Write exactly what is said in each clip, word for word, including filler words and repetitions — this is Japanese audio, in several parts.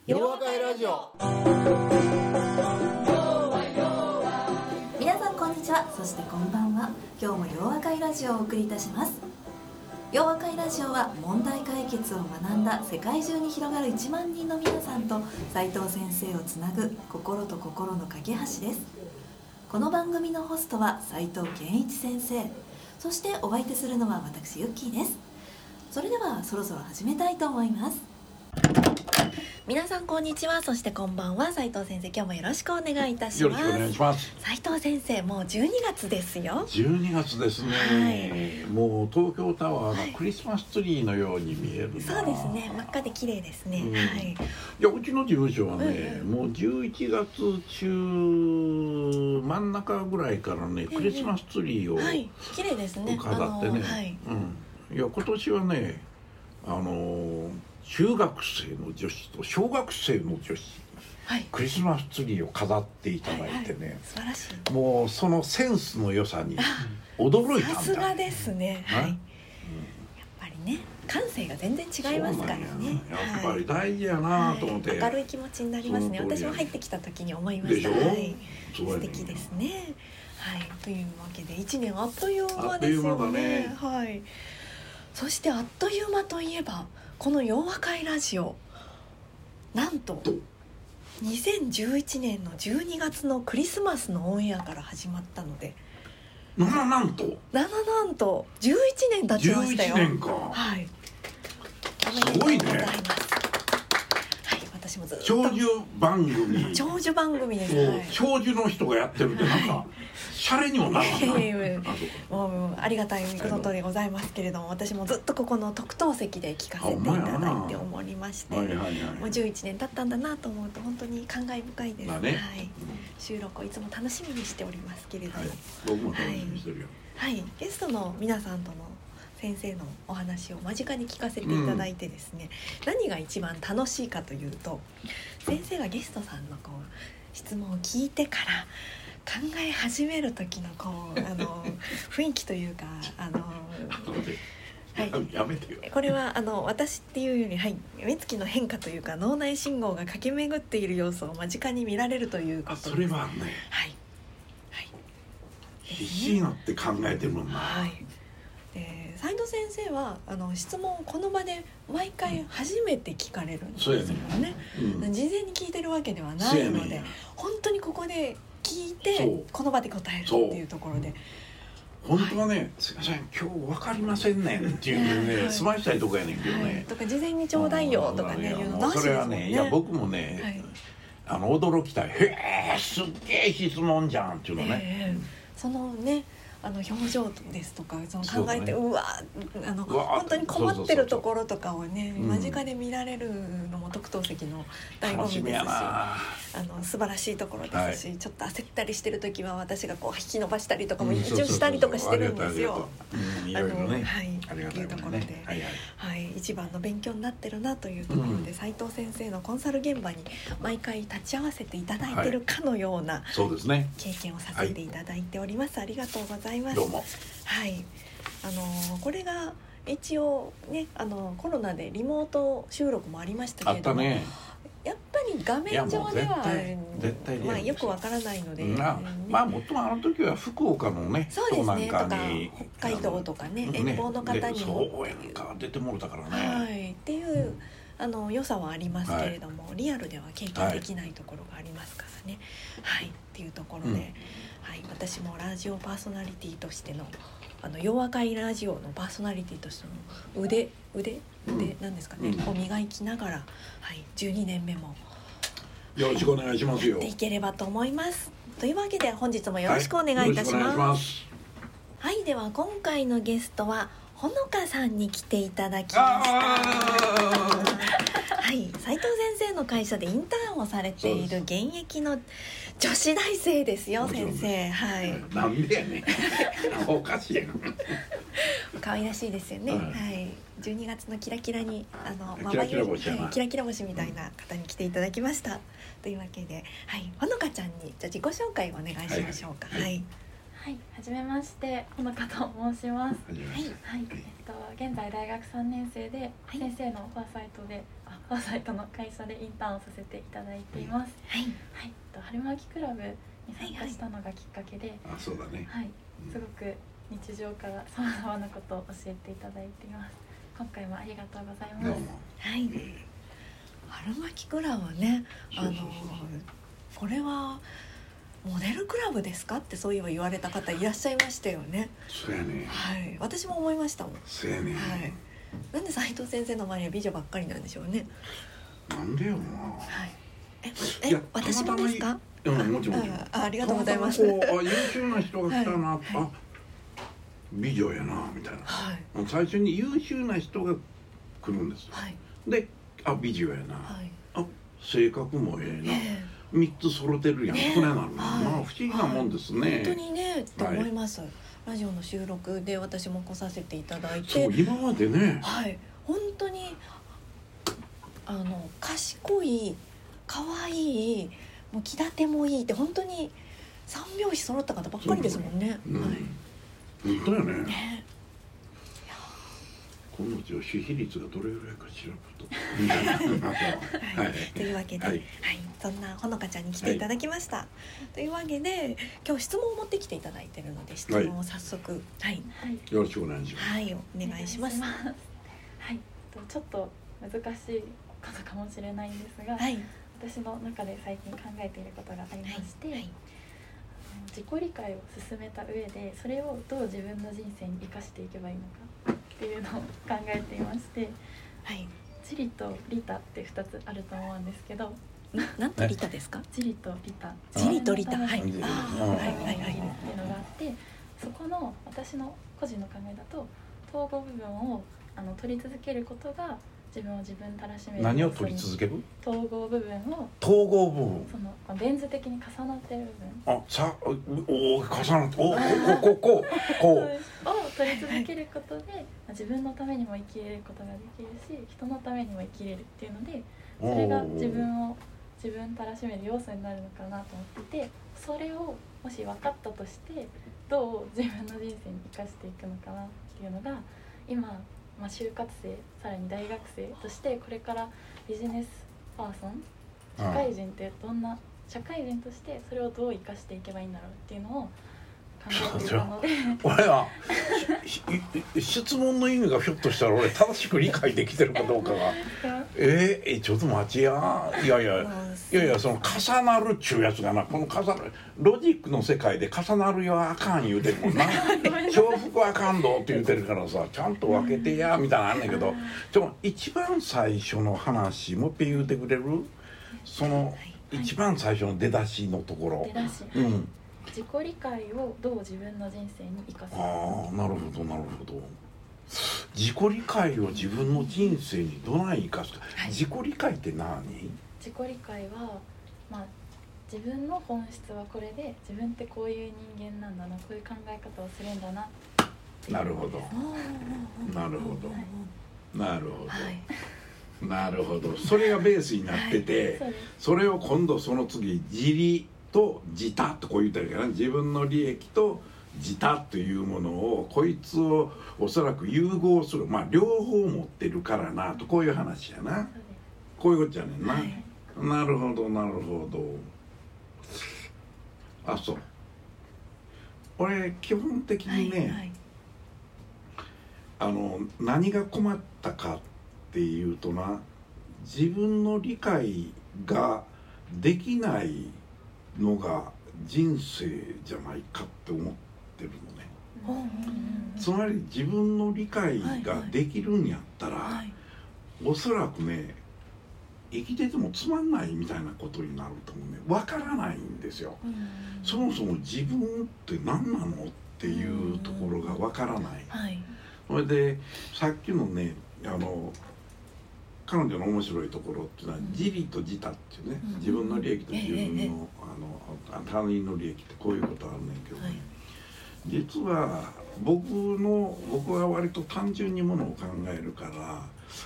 よわかいラジオ。 皆さんこんにちは、そしてこんばんは。今日もよわかいラジオをお送りいたします。よわかいラジオは問題解決を学んだ世界中に広がるいちまんにんの皆さんと斉藤先生をつなぐ心と心の架け橋です。この番組のホストは斉藤健一先生、そしてお相手するのは私ユッキーです。それではそろそろ始めたいと思います。皆さんこんにちは、そしてこんばんは。斉藤先生、今日もよろしくお願いいたします。 よろしくお願いします。 斉藤先生、もうじゅうにがつですよ。 じゅうにがつですね、はい、もう東京タワーがクリスマスツリーのように見えるな、はい、 そうですね、真っ赤で綺麗ですね、うん、はい、 いやうちの事務所はね、うんうん、もうじゅういちがつ中真ん中ぐらいからね、クリスマスツリーを、 はい、綺麗ですね、 飾ってね、はい、うん、いや今年はね、あのー中学生の女子と小学生の女子、はい、クリスマスツリーを飾っていただいてね、はいはい、素晴らしい。もうそのセンスの良さに驚いたんだ。 さすがですね、はい、うん、やっぱりね、感性が全然違いますからね。 やっぱり大事やなと思って、はいはい、明るい気持ちになりますね。私も入ってきた時に思いました。 でしょ、 はい、素敵ですね。はい、というわけでいちねんあっという間ですよね。あっという間だね。はい。そしてあっという間といえば、このよわかいラジオ、なんとにせんじゅういちねんのじゅうにがつのクリスマスのオンエアから始まったので、 なななんとなななんとじゅういちねん経ちましたよ。 じゅういちねんか。 はい。 すごいね。 はい、私もずっと長寿番組。 長寿番組です。 はい、長寿の人がやってるってなんか、はい、シャレにもならない。 もうありがたいことでございますけれども、私もずっとここの特等席で聞かせていただいて思いまして、はいはいはい、もうじゅういちねん経ったんだなと思うと本当に感慨深いです。ね、はい、収録をいつも楽しみにしておりますけれども、はい、 僕も楽しみにしてるよ。 はい、はい、ゲストの皆さんとの先生のお話を間近に聞かせていただいてですね、うん、何が一番楽しいかというと、先生がゲストさんのこう質問を聞いてから考え始める時のこうあの雰囲気というか、あのはい、 やめてよ。 これはあの私っていうより、はい、目つきの変化というか脳内信号が駆け巡っている様子を間近に見られるということです。 それはね、 はいはい、 必死になって考えてるもんな。 はい、で斉藤先生はあの質問をこの場で毎回初めて聞かれるんですよね。 うんね、 うん、事前に聞いてるわけではないので、本当にここで聞いてこの場で答えるっていうところで、 本当はね、はい、すいません今日分かりませんねんっていうね、はい、済ましたいとこやねんけどね、はい、 とか事前にちょうだいよとかね、いうのなしですもんね。 それはね、いや僕もね、はい、あの驚きたい。へえ、すっげえ質問じゃんっていうのね、えー、そのね、あの表情ですとかその考えて う,、ね、うわあの本当に困ってるところとかをね、間近で見られるのも特等席の醍醐味ですし、あの素晴らしいところですし、はい、ちょっと焦ったりしてる時は私がこう引き伸ばしたりとかも一応したりとかしてるんですよ。 いろいろね、 はい、いうところで、はいはいはい、一番の勉強になってるなというところで、うん、斉藤先生のコンサル現場に毎回立ち会わせていただいてるかのような、はい、 そうですね、 経験をさせていただいております。はい、ありがとうございます。 どうも。 はい、あのー、これが一応ね、あのー、コロナでリモート収録もありましたけれども、ね、やっぱり画面上では絶対まあ、よくわからないので、 うん、あ、ね、まあもっともあの時は福岡のね、 そうですね、 とか北海道とかね、遠方の方にも、 ね、そうやんか出てもらったからね、 はい、っていう、うん、あの良さはありますけれども、はい、リアルでは経験できないところがありますからね、はい、っていうところで、うん、はい、私もラジオパーソナリティとしてのあのよわかいラジオのパーソナリティとしての腕腕腕なんですかね、うん、を磨きながら、はい、じゅうにねんめもよろしくお願いしますよ。 やっていければと思います。というわけで本日もよろしくお願いいたします。はい、 ます。 はい、では今回のゲストはほのかさんに来ていただきました。はい、斉藤先生の会社でインターンをされている現役の女子大生ですよ、先生。はい。 なんでやねん。おかしいやん。 可愛らしいですよね。はい。はい、じゅうにがつのキラキラにあのキラキラ星やな、 はい、キラキラ星みたいな方に来ていただきました。というわけで、はい、ほのかちゃんにじゃあ自己紹介をお願いしましょうか。はい。はいはい、はじめまして、ほのかと申します。はい、はい、えっと現在大学さんねん生で、はい、先生のファーサイトで、あ、ファーサイトの会社でインターンをさせていただいています。はい、はい、えっと春巻きクラブに参加したのがきっかけで、 あ、そうだね。 はい、すごく日常からさまざまなことを教えていただいています。今回もありがとうございます。 はい。春巻きクラブね、あのこれはモデルクラブですかってそういえば言われた方いらっしゃいましたよね。 そうやね。 はい、私も思いましたもん。 そうやね。 はい。なんで斉藤先生の周りは美女ばっかりなんでしょうね。 なんでよな。はい。 え、え、私もですか？ うん、もちろんもちろん。 あ、ありがとうございます。 あ、優秀な人が来たな、はい、あ、美女やなみたいな。はい。最初に優秀な人が来るんですよ。はい。で、あ、美女やな。はい。あ、性格もええな。えーみっつ揃ってるやん、これなの、まあ不思議なもんですね。 本当にねと思います。ラジオの収録で私も来させていただいて、 そう今までね、 はい、本当にあの賢い、可愛い、もう気立てもいいって本当に三拍子揃った方ばっかりですもんね。 うん、はい。本当よね。ね、この女子比率がどれぐらいか調べると。 はい、というわけで、はい、はい、そんなほのかちゃんに来ていただきました。はい、というわけで今日質問を持ってきていただいているので質問を早速、はい、 はい、よろしくお願いします。 はい、お願いします。 はい、ちょっと難しいことかもしれないんですが、はい、私の中で最近考えていることがありまして、はいはい、自己理解を進めた上でそれをどう自分の人生に生かしていけばいいのかっていうのを考えていまして、はい、地理と利他ってふたつあると思うんですけど、 なんと利他ですか？ 地理と利他、 地理と利他、はいはいはいはいっていうのがあって、そこの私の個人の考えだと統合部分をあの取り続けることが自分を自分たらしめる。 何を取り続ける？ 統合部分を。 統合部分。 そのレンズ的に重なってる部分。 あ、さ、おお重なって、おおここここう。 を取り続けることで自分のためにも生きれることができるし、人のためにも生きれるっていうので、それが自分を自分たらしめる要素になるのかなと思ってて、それをもし分かったとしてどう自分の人生に生かしていくのかなっていうのが今、まあ、就活生、さらに大学生としてこれからビジネスパーソン、社会人ってどんな社会人としてそれをどう生かしていけばいいんだろうっていうのを考えていたので俺は質問の意味がひょっとしたら俺正しく理解できてるかどうかがえー、ちょっと待ちやいやいやいやいやその重なるっちゅうやつがな、この重なるロジックの世界で重なるよあかん言うてるもんな重複あかんどって言うてるからさ、ちゃんと分けてやみたいなのあんねんけど、ちょ一番最初の話もう一遍言うてくれる？その一番最初の出だしのところ。 出だし、うん、自己理解をどう自分の人生に生かすか。 ああ、なるほどなるほど。自己理解を自分の人生にどない生かすか、はい、自己理解って何？ 自己理解は、まあ、自分の本質はこれで自分ってこういう人間なんだな、こういう考え方をするんだな。 なるほどなるほど、はい、なるほど、はい、なるほど。それがベースになってて、はい、それを今度その次自利と自他とこう言ったらいいかな、自分の利益と自他というものをこいつをおそらく融合する、まあ両方持ってるからなと、こういう話やな、こういうことじゃねんな、はい、なるほどなるほど。あ、そう、俺基本的にね、はいはい、あの何が困ったかっていうとな、自分の理解ができないのが人生じゃないかって思ってるのね、うん、つまり自分の理解ができるんやったら、はいはい、おそらくね生きててもつまんないみたいなことになると思うね。分からないんですよ、うん、そもそも自分って何なのっていうところが分からない、はい、それでさっきのね、あの彼女の面白いところっていうのは、うん、自利と自他っていうね、うん、自分の利益と自分の、ええ、あの他人の利益ってこういうことあるねんけどね、はい、実は僕の僕は割と単純にものを考えるから、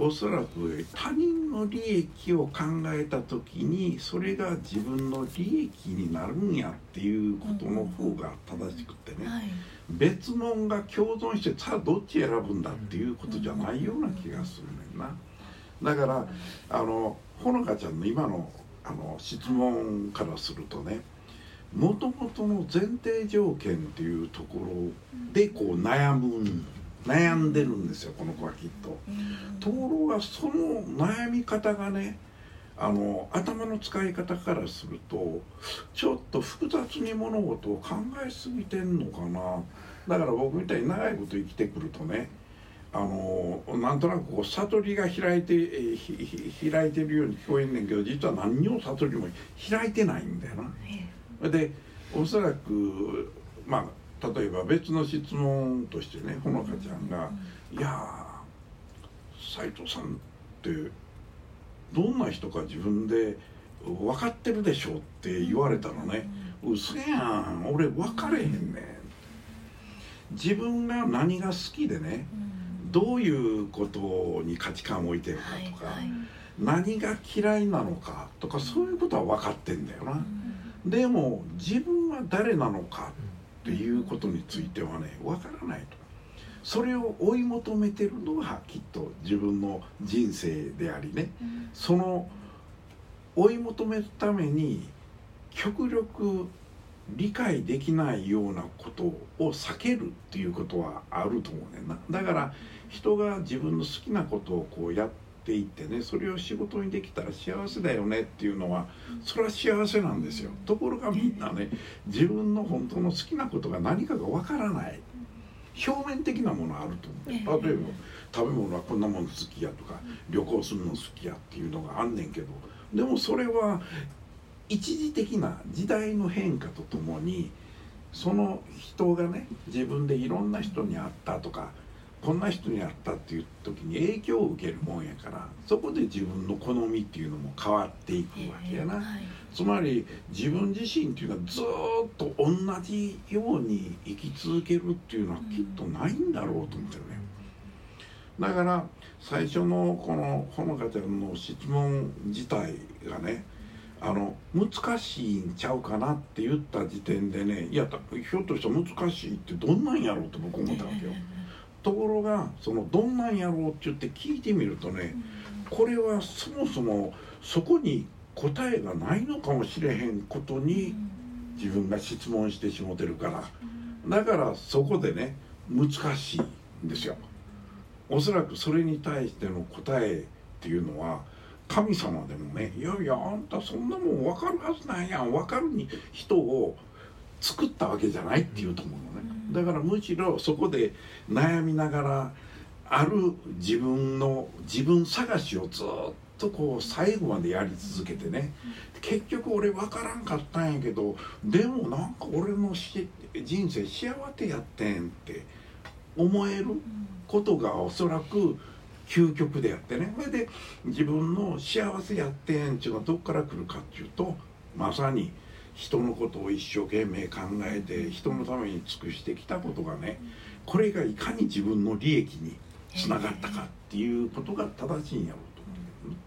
おそらく他人の利益を考えた時にそれが自分の利益になるんやっていうことの方が正しくてね、うんはい、別物が共存してさあどっち選ぶんだっていうことじゃないような気がするねんな。だからあのほのかちゃんの今のあの質問からするとね、もともとの前提条件っていうところでこう悩む悩んでるんですよ、この子はきっと。ところがその悩み方がね、あの頭の使い方からするとちょっと複雑に物事を考えすぎてんのかな。だから僕みたいに長いこと生きてくるとね、あのなんとなくこう悟りが開いて、えー、開いてるように聞こえんねんけど、実は何にも悟りも開いてないんだよな。でおそらくまあ例えば別の質問としてね、ほのかちゃんが「いや斉藤さんってどんな人か自分で分かってるでしょ」って言われたらね「うせやん、俺分かれへんねん」。自分が何が好きでね、どういうことに価値観を置いてるかとか、はいはい、何が嫌いなのかとか、そういうことは分かってんだよな。でも自分は誰なのかっていうことについてはね分からないと。それを追い求めてるのがきっと自分の人生でありね、その追い求めるために極力理解できないようなことを避けるっていうことはあると思うねんな。だから人が自分の好きなことをこうやっていってね、それを仕事にできたら幸せだよねっていうのはそれは幸せなんですよ。ところがみんなね、自分の本当の好きなことが何かがわからない、表面的なものあると思う。例えば食べ物はこんなもの好きやとか、旅行するの好きやっていうのがあんねんけど、でもそれは一時的な時代の変化とともに、その人がね自分でいろんな人に会ったとか、こんな人に会ったっていう時に影響を受けるもんやから、そこで自分の好みっていうのも変わっていくわけやな、はい、つまり自分自身っていうのはずっと同じように生き続けるっていうのはきっとないんだろうと思ってるね。だから最初のこのほのかちゃんの質問自体がね、あの難しいんちゃうかなって言った時点でね、いやひょっとしたら難しいってどんなんやろうと僕思ったわけよ。ところがそのどんなんやろうって言って聞いてみるとね、これはそもそもそこに答えがないのかもしれへんことに自分が質問してしもてるから、だからそこでね難しいんですよ。おそらくそれに対しての答えっていうのは神様でもね、いやいやあんたそんなもん分かるはずなんやん、分かるに人を作ったわけじゃないっていうと思うのね。だからむしろそこで悩みながらある自分の自分探しをずっとこう最後までやり続けてね、結局俺分からんかったんやけど、でもなんか俺のし人生幸せやってんって思えることがおそらく究極であってね、それで自分の幸せやってんっていうのはどっから来るかっていうと、まさに人のことを一生懸命考えて人のために尽くしてきたことがね、これがいかに自分の利益につながったかっていうことが正しいんやろうと思うけどね。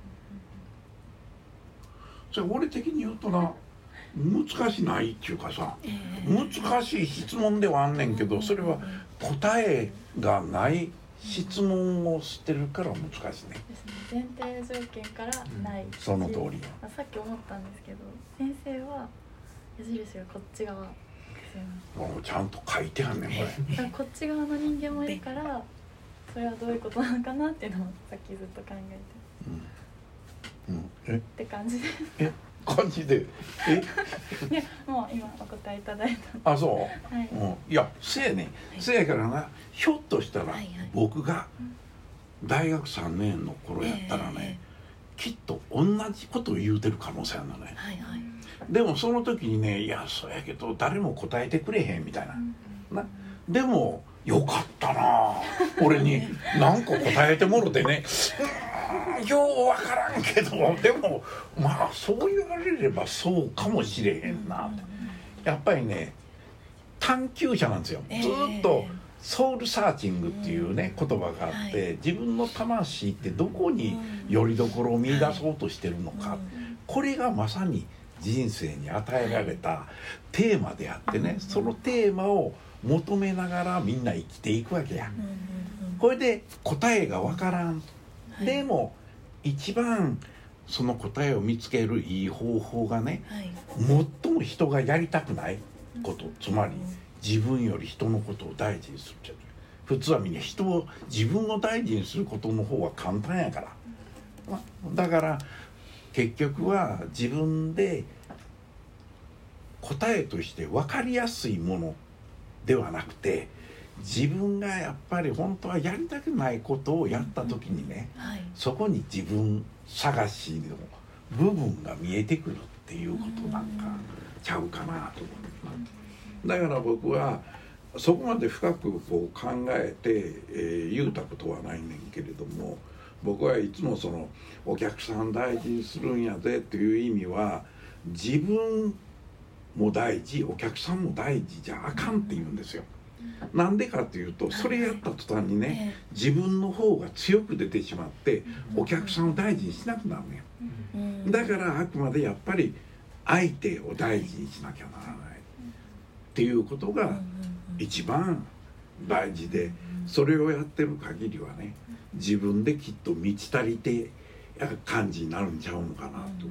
それ俺的に言うとな、難しないっていうかさ、難しい質問ではあんねんけど、それは答えがない質問をしてるから難しいね。 前提条件からない、うん、 その通り。 さっき思ったんですけど、先生は矢印がこっち側ですよね。 もうちゃんと書いてあんねんこれ。 こっち側の人間もいるから、それはどういうことなのかなっていうのをさっきずっと考えて、うんうん、えって感じで。 え感じでえいやもう今お答えいただいた。 あそう、はい、うん、いやせやねん、はい、せやからな、ひょっとしたら僕が大学さんねんの頃やったらね、えー、きっと同じことを言うてる可能性あるのね、はいはい、でもその時にね、いやそうやけど誰も答えてくれへんみたいな、うん、なでもよかったな俺に何個答えてもろてねようわからんけど、でもまあそう言われればそうかもしれへんな、やっぱりね探求者なんですよ、ずっとソウルサーチングっていうね、うん、言葉があって、はい、自分の魂ってどこによりどころを見出そうとしてるのか、はい、これがまさに人生に与えられたテーマであってね、はい、そのテーマを求めながらみんな生きていくわけや、うんうんうん、これで答えがわからん、はい、でも一番その答えを見つけるいい方法がね、はい、最も人がやりたくないこと、つまり自分より人のことを大事にするって普通はみんな人を自分を大事にすることの方が簡単やから、だから結局は自分で答えとして分かりやすいものではなくて、自分がやっぱり本当はやりたくないことをやった時にね、はい、そこに自分探しの部分が見えてくるっていうことなんかちゃうかなと思う。だから僕はそこまで深くこう考えて、えー、言うたことはないねんけれども、僕はいつもそのお客さん大事にするんやでっていう意味は、自分も大事お客さんも大事じゃあかんって言うんですよ。なんでかっていうと、それやった途端にね、自分の方が強く出てしまってお客さんを大事にしなくなるのよ。だからあくまでやっぱり相手を大事にしなきゃならないっていうことが一番大事で、それをやってる限りはね、自分できっと満ち足りて感じになるんちゃうのかなと思ってる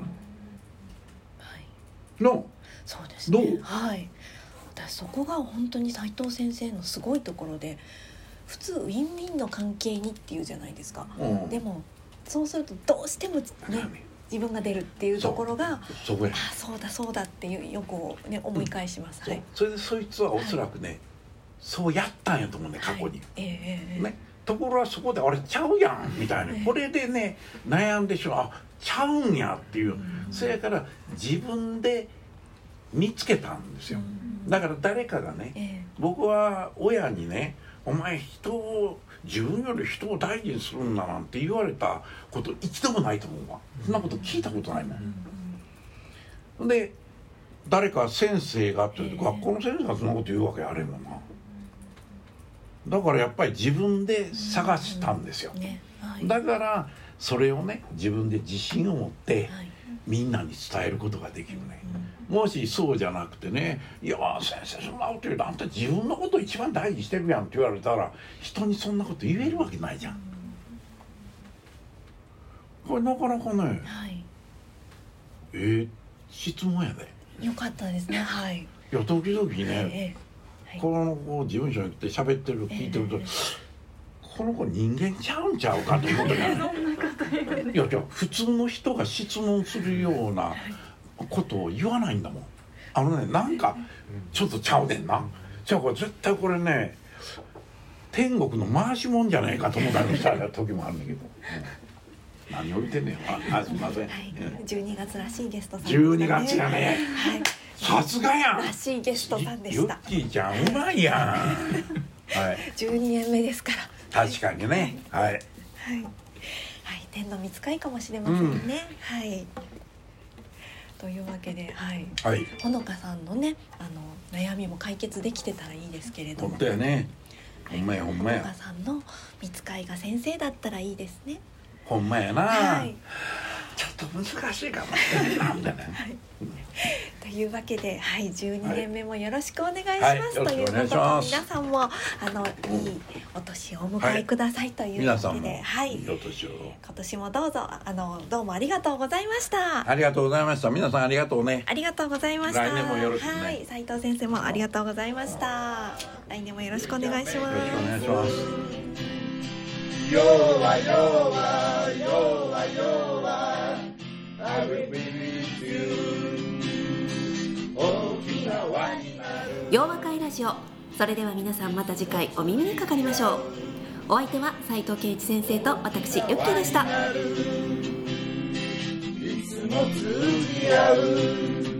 な、はい、のそうですね、どう？はい、私そこが本当に斉藤先生のすごいところで、普通ウィンウィンの関係にっていうじゃないですか、うん、でもそうするとどうしてもね自分が出るっていうところが、 そこや、 あ、そうだそうだっていうよく、ね、思い返します、 うん、 はい、 それでそいつはおそらくね、はい、そうやったんやと思うね、過去に、はい、えーね、ところがそこであれちゃうやんみたいな、これでね悩んでしまう、あ、ちゃうんやっていう、うん、それから自分で見つけたんですよ、うん、だから誰かがね、えー、僕は親にね、お前人を自分より人を大事にするんだなんて言われたこと一度もないと思うわ。そんなこと聞いたことないもん、うん、で誰か先生がって言うと、えー、学校の先生がそんなこと言うわけあれもんな。だからやっぱり自分で探したんですよ、うんね、はい、だからそれをね自分で自信を持って、はい、みんなに伝えることができるね、うん、もしそうじゃなくてね、いや先生そんなこと言うとあんた自分のことを一番大事にしてるやんって言われたら、人にそんなこと言えるわけないじゃん、うん、これなかなかね、はい、えー、質問やで、 よかったですね、はい、 いや時々ね、えーこの子事務所に来て喋ってる聞いてると、えー、この子人間ちゃうんちゃうかと思う時あるいやいや普通の人が質問するようなことを言わないんだもん。あのね、なんかちょっとちゃうねんな、じゃあこれ絶対これね天国の回しもんじゃないかと思ったりした時もあるんだけど、うん、何を言ってんねん、あ、あ、すみません、はい、 じゅうにがつらしいゲストさんでしたね。じゅうにがつやね、はい、さすがやん、 らしいゲストさんでした。 ゆっきーちゃんうまいやんはい、 じゅうにねんめですから。 確かにね、はいはい、はい、 天の御使いかもしれませんね、うん、はい。というわけで、はい、はい、ほのかさんのね、あの悩みも解決できてたらいいですけれども。 本当やね、ほんまやほんまや。 ほのかさんの御使いが先生だったらいいですね。 ほんまやな、はい、ちょっと難しいかもしれないなんでね、はい、 というわけで、はい、じゅうにねんめもよろしくお願いします、はい、ということで皆さんもあのいいお年をお迎えくださいということで、はい、いいお年を今年もどうぞあのどうもありがとうございました。 ありがとうございました。皆さんありがとうね。 ありがとうございました。 来年もよろしくね。 はい、斉藤先生もありがとうございました。来年もよろしくお願いします。よろしくお願いします。 よはよはよはよは I will be with you 大きな輪になる洋和会ラジオ。それでは皆さんまた次回お耳にかかりましょう。お相手は斉藤圭一先生と私ユッキーでした。 いつも通じ合う